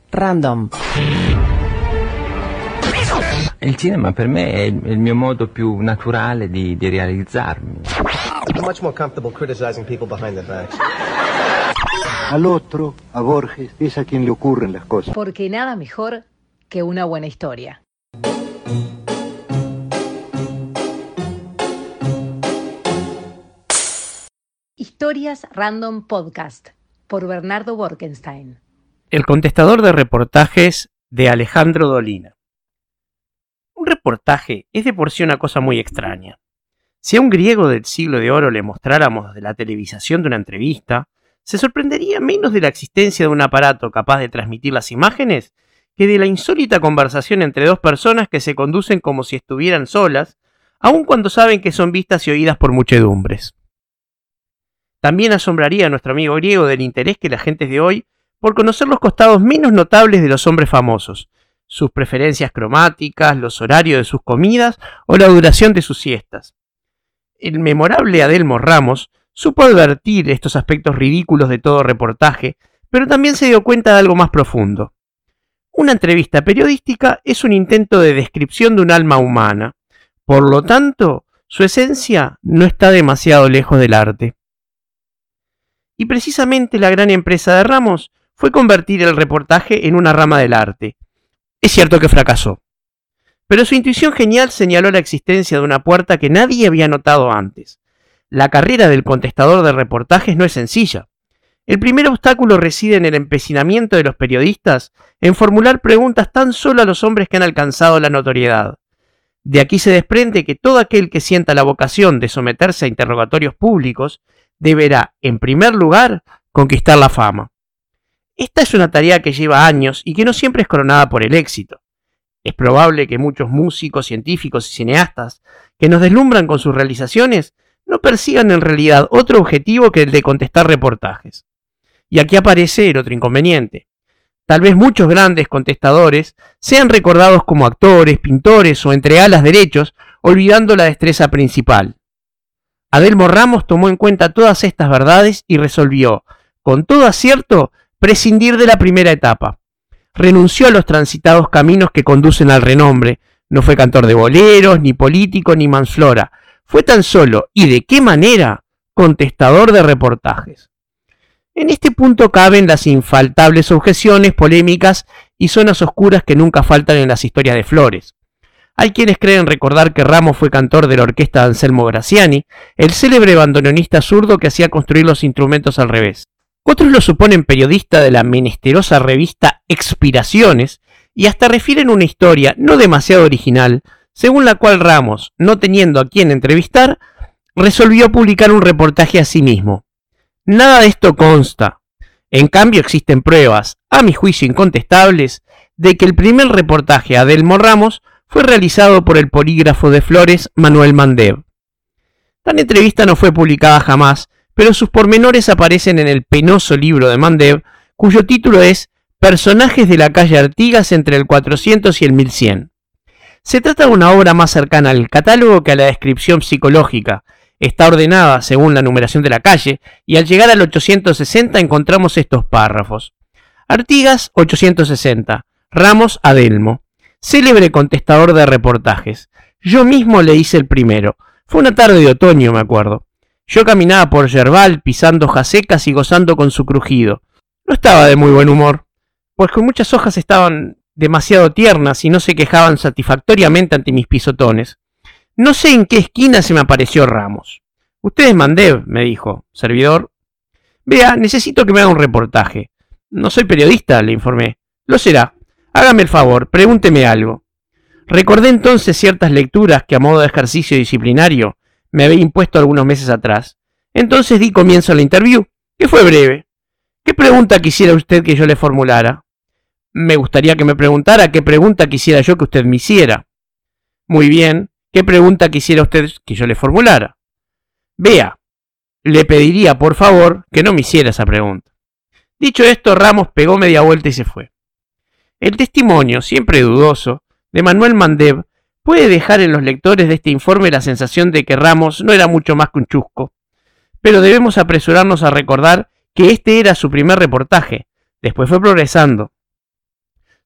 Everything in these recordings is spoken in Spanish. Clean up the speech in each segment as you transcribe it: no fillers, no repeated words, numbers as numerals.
Random. Il cinema per me è il mio modo più naturale di realizzarmi. I'm much more comfortable criticizing people behind their backs. Al otro, a Borges, es a quien le ocurren las cosas. Porque nada mejor que una buena historia. Historias Random Podcast por Bernardo Borkenstein. El contestador de reportajes de Alejandro Dolina. Un reportaje es de por sí una cosa muy extraña. Si a un griego del siglo de oro le mostráramos de la televisación de una entrevista, se sorprendería menos de la existencia de un aparato capaz de transmitir las imágenes que de la insólita conversación entre dos personas que se conducen como si estuvieran solas, aun cuando saben que son vistas y oídas por muchedumbres. También asombraría a nuestro amigo griego del interés que la gente de hoy por conocer los costados menos notables de los hombres famosos, sus preferencias cromáticas, los horarios de sus comidas o la duración de sus siestas. El memorable Adelmo Ramos supo advertir estos aspectos ridículos de todo reportaje, pero también se dio cuenta de algo más profundo. Una entrevista periodística es un intento de descripción de un alma humana. Por lo tanto, su esencia no está demasiado lejos del arte. Y precisamente la gran empresa de Ramos fue convertir el reportaje en una rama del arte. Es cierto que fracasó, pero su intuición genial señaló la existencia de una puerta que nadie había notado antes. La carrera del contestador de reportajes no es sencilla. El primer obstáculo reside en el empecinamiento de los periodistas en formular preguntas tan solo a los hombres que han alcanzado la notoriedad. De aquí se desprende que todo aquel que sienta la vocación de someterse a interrogatorios públicos deberá, en primer lugar, conquistar la fama. Esta es una tarea que lleva años y que no siempre es coronada por el éxito. Es probable que muchos músicos, científicos y cineastas que nos deslumbran con sus realizaciones no persigan en realidad otro objetivo que el de contestar reportajes. Y aquí aparece el otro inconveniente. Tal vez muchos grandes contestadores sean recordados como actores, pintores o entre alas derechos, olvidando la destreza principal. Adelmo Ramos tomó en cuenta todas estas verdades y resolvió, con todo acierto, prescindir de la primera etapa. Renunció a los transitados caminos que conducen al renombre. No fue cantor de boleros, ni político, ni mansflora. Fue tan solo, ¿y de qué manera?, contestador de reportajes. En este punto caben las infaltables objeciones, polémicas y zonas oscuras que nunca faltan en las historias de Flores. Hay quienes creen recordar que Ramos fue cantor de la orquesta de Anselmo Graciani, el célebre bandoneonista zurdo que hacía construir los instrumentos al revés. Otros lo suponen periodista de la menesterosa revista Expiraciones y hasta refieren una historia no demasiado original, según la cual Ramos, no teniendo a quien entrevistar, resolvió publicar un reportaje a sí mismo. Nada de esto consta. En cambio existen pruebas, a mi juicio incontestables, de que el primer reportaje a Adelmo Ramos fue realizado por el polígrafo de Flores Manuel Mandev. Tal entrevista no fue publicada jamás, pero sus pormenores aparecen en el penoso libro de Mandev, cuyo título es Personajes de la calle Artigas entre el 400 y el 1100. Se trata de una obra más cercana al catálogo que a la descripción psicológica. Está ordenada según la numeración de la calle, y al llegar al 860 encontramos estos párrafos. Artigas, 860. Ramos, Adelmo. Célebre contestador de reportajes. Yo mismo le hice el primero. Fue una tarde de otoño, me acuerdo. Yo caminaba por yerbal, pisando hojas secas y gozando con su crujido. No estaba de muy buen humor, pues con muchas hojas estaban demasiado tiernas y no se quejaban satisfactoriamente ante mis pisotones. No sé en qué esquina se me apareció Ramos. Usted es Mandev, me dijo. Servidor. Vea, necesito que me haga un reportaje. No soy periodista, le informé. Lo será. Hágame el favor, pregúnteme algo. Recordé entonces ciertas lecturas que a modo de ejercicio disciplinario me había impuesto algunos meses atrás. Entonces di comienzo a la interview, que fue breve. ¿Qué pregunta quisiera usted que yo le formulara? Me gustaría que me preguntara qué pregunta quisiera yo que usted me hiciera. Muy bien, ¿qué pregunta quisiera usted que yo le formulara? Vea, le pediría por favor que no me hiciera esa pregunta. Dicho esto, Ramos pegó media vuelta y se fue. El testimonio, siempre dudoso, de Manuel Mandev puede dejar en los lectores de este informe la sensación de que Ramos no era mucho más que un chusco. Pero debemos apresurarnos a recordar que este era su primer reportaje, después fue progresando.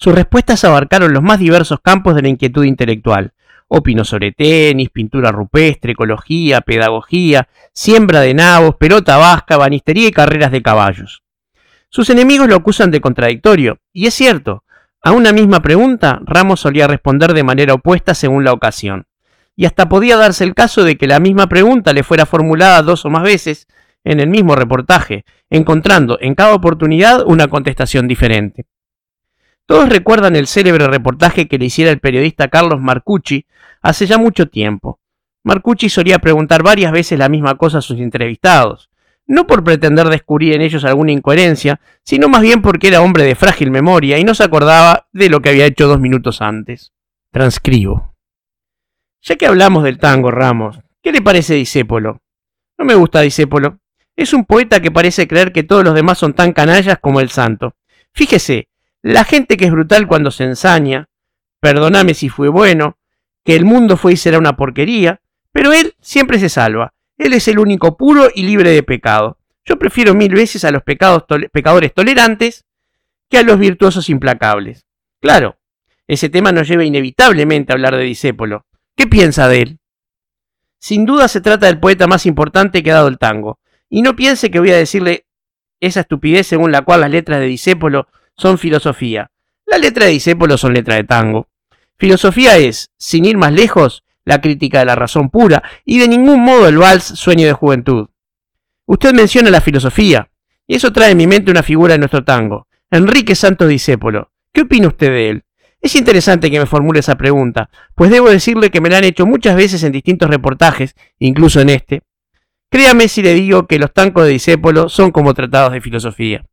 Sus respuestas abarcaron los más diversos campos de la inquietud intelectual. Opinó sobre tenis, pintura rupestre, ecología, pedagogía, siembra de nabos, pelota vasca, banistería y carreras de caballos. Sus enemigos lo acusan de contradictorio, y es cierto, a una misma pregunta Ramos solía responder de manera opuesta según la ocasión, y hasta podía darse el caso de que la misma pregunta le fuera formulada 2 o más veces en el mismo reportaje, encontrando en cada oportunidad una contestación diferente. Todos recuerdan el célebre reportaje que le hiciera el periodista Carlos Marcucci hace ya mucho tiempo. Marcucci solía preguntar varias veces la misma cosa a sus entrevistados, no por pretender descubrir en ellos alguna incoherencia, sino más bien porque era hombre de frágil memoria y no se acordaba de lo que había hecho 2 minutos antes. Transcribo. Ya que hablamos del tango, Ramos, ¿qué le parece Discépolo? No me gusta Discépolo. Es un poeta que parece creer que todos los demás son tan canallas como el santo. Fíjese, la gente que es brutal cuando se ensaña, perdóname si fue bueno, que el mundo fue y será una porquería, pero él siempre se salva. Él es el único puro y libre de pecado. Yo prefiero 1000 veces a los pecadores tolerantes que a los virtuosos implacables. Claro, ese tema nos lleva inevitablemente a hablar de Discépolo. ¿Qué piensa de él? Sin duda se trata del poeta más importante que ha dado el tango. Y no piense que voy a decirle esa estupidez según la cual las letras de Discépolo son filosofía. Las letras de Discépolo son letras de tango. Filosofía es, sin ir más lejos, la crítica de la razón pura y de ningún modo el vals sueño de juventud. Usted menciona la filosofía, y eso trae en mi mente una figura de nuestro tango, Enrique Santos Discépolo. ¿Qué opina usted de él? Es interesante que me formule esa pregunta, pues debo decirle que me la han hecho muchas veces en distintos reportajes, incluso en este. Créame si le digo que los tangos de Discépolo son como tratados de filosofía.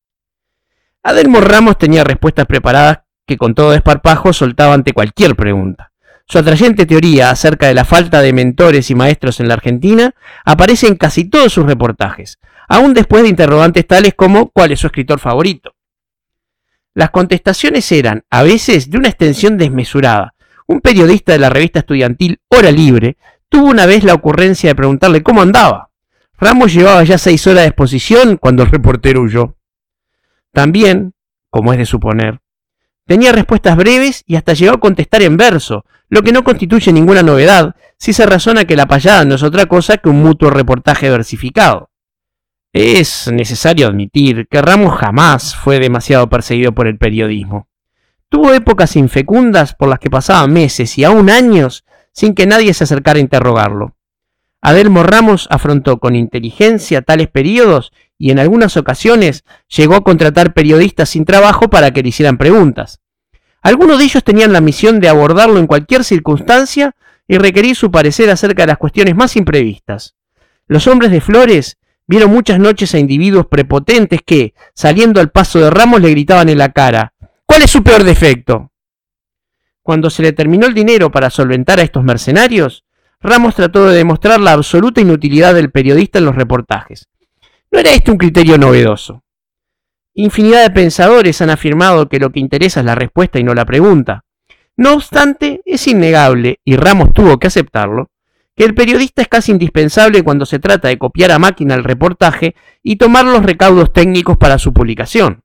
Adelmo Ramos tenía respuestas preparadas que con todo desparpajo soltaba ante cualquier pregunta. Su atrayente teoría acerca de la falta de mentores y maestros en la Argentina aparece en casi todos sus reportajes, aún después de interrogantes tales como ¿cuál es su escritor favorito? Las contestaciones eran, a veces, de una extensión desmesurada. Un periodista de la revista estudiantil Hora Libre tuvo una vez la ocurrencia de preguntarle cómo andaba. Ramos llevaba ya 6 horas de exposición cuando el reportero huyó. También, como es de suponer, tenía respuestas breves y hasta llegó a contestar en verso, lo que no constituye ninguna novedad si se razona que la payada no es otra cosa que un mutuo reportaje versificado. Es necesario admitir que Ramos jamás fue demasiado perseguido por el periodismo. Tuvo épocas infecundas por las que pasaba meses y aún años sin que nadie se acercara a interrogarlo. Adelmo Ramos afrontó con inteligencia tales periodos y en algunas ocasiones llegó a contratar periodistas sin trabajo para que le hicieran preguntas. Algunos de ellos tenían la misión de abordarlo en cualquier circunstancia y requerir su parecer acerca de las cuestiones más imprevistas. Los hombres de Flores vieron muchas noches a individuos prepotentes que, saliendo al paso de Ramos, le gritaban en la cara: ¿cuál es su peor defecto? Cuando se le terminó el dinero para solventar a estos mercenarios, Ramos trató de demostrar la absoluta inutilidad del periodista en los reportajes. No era este un criterio novedoso. Infinidad de pensadores han afirmado que lo que interesa es la respuesta y no la pregunta. No obstante, es innegable, y Ramos tuvo que aceptarlo, que el periodista es casi indispensable cuando se trata de copiar a máquina el reportaje y tomar los recaudos técnicos para su publicación.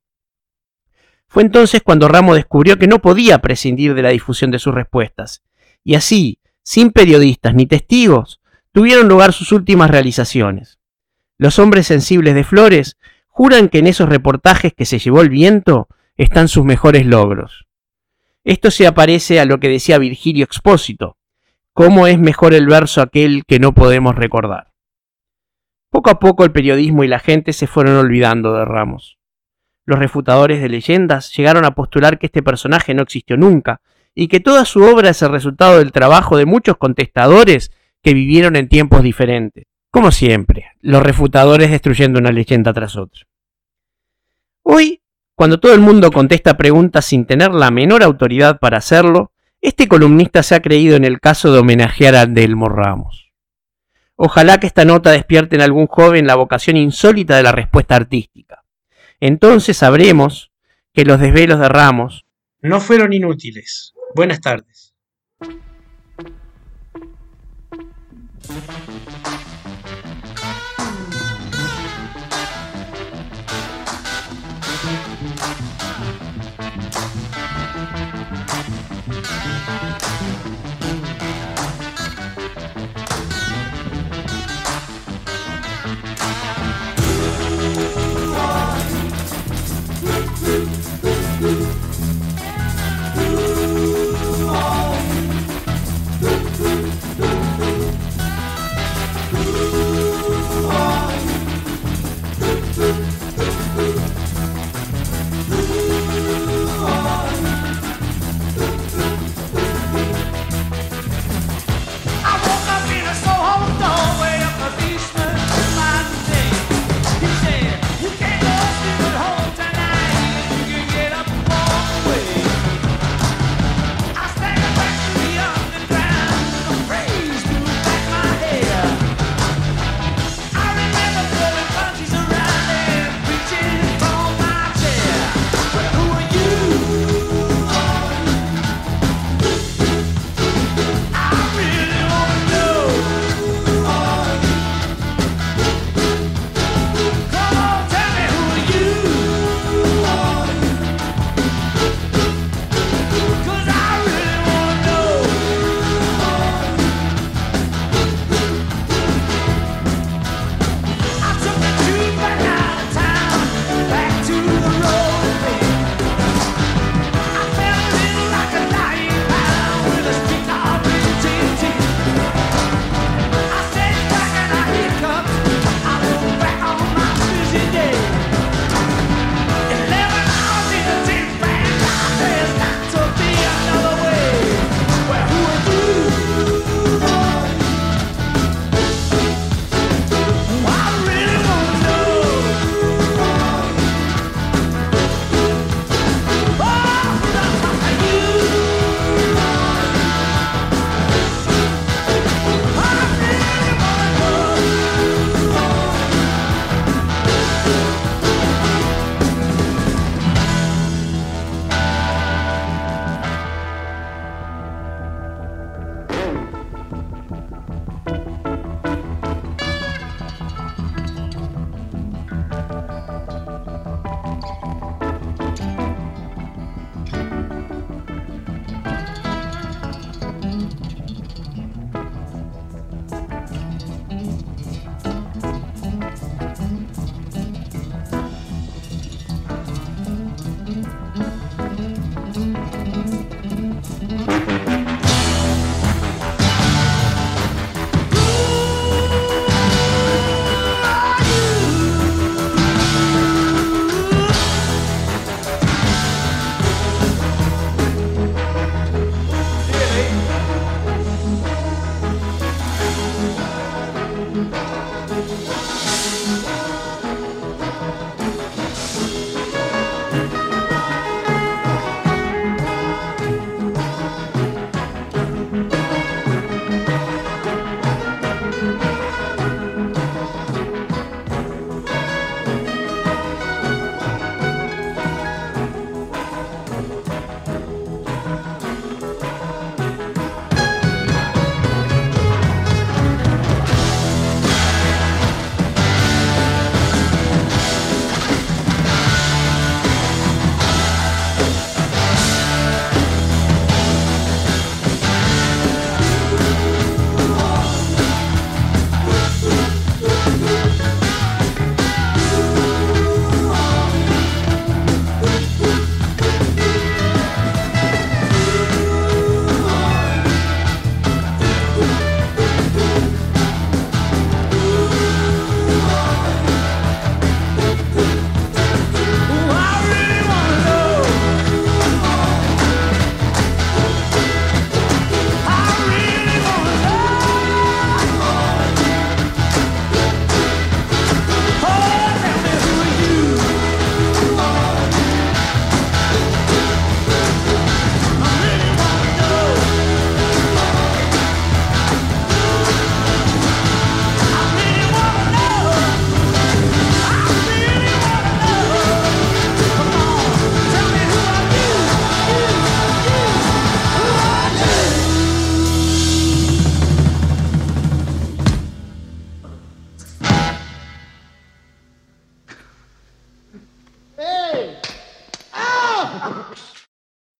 Fue entonces cuando Ramos descubrió que no podía prescindir de la difusión de sus respuestas, y así, sin periodistas ni testigos, tuvieron lugar sus últimas realizaciones. Los hombres sensibles de Flores juran que en esos reportajes que se llevó el viento están sus mejores logros. Esto se aparece a lo que decía Virgilio Expósito: ¿cómo es mejor el verso aquel que no podemos recordar? Poco a poco el periodismo y la gente se fueron olvidando de Ramos. Los refutadores de leyendas llegaron a postular que este personaje no existió nunca y que toda su obra es el resultado del trabajo de muchos contestadores que vivieron en tiempos diferentes. Como siempre, los refutadores destruyendo una leyenda tras otra. Hoy, cuando todo el mundo contesta preguntas sin tener la menor autoridad para hacerlo, este columnista se ha creído en el caso de homenajear a Adelmo Ramos. Ojalá que esta nota despierte en algún joven la vocación insólita de la respuesta artística. Entonces sabremos que los desvelos de Ramos no fueron inútiles. Buenas tardes.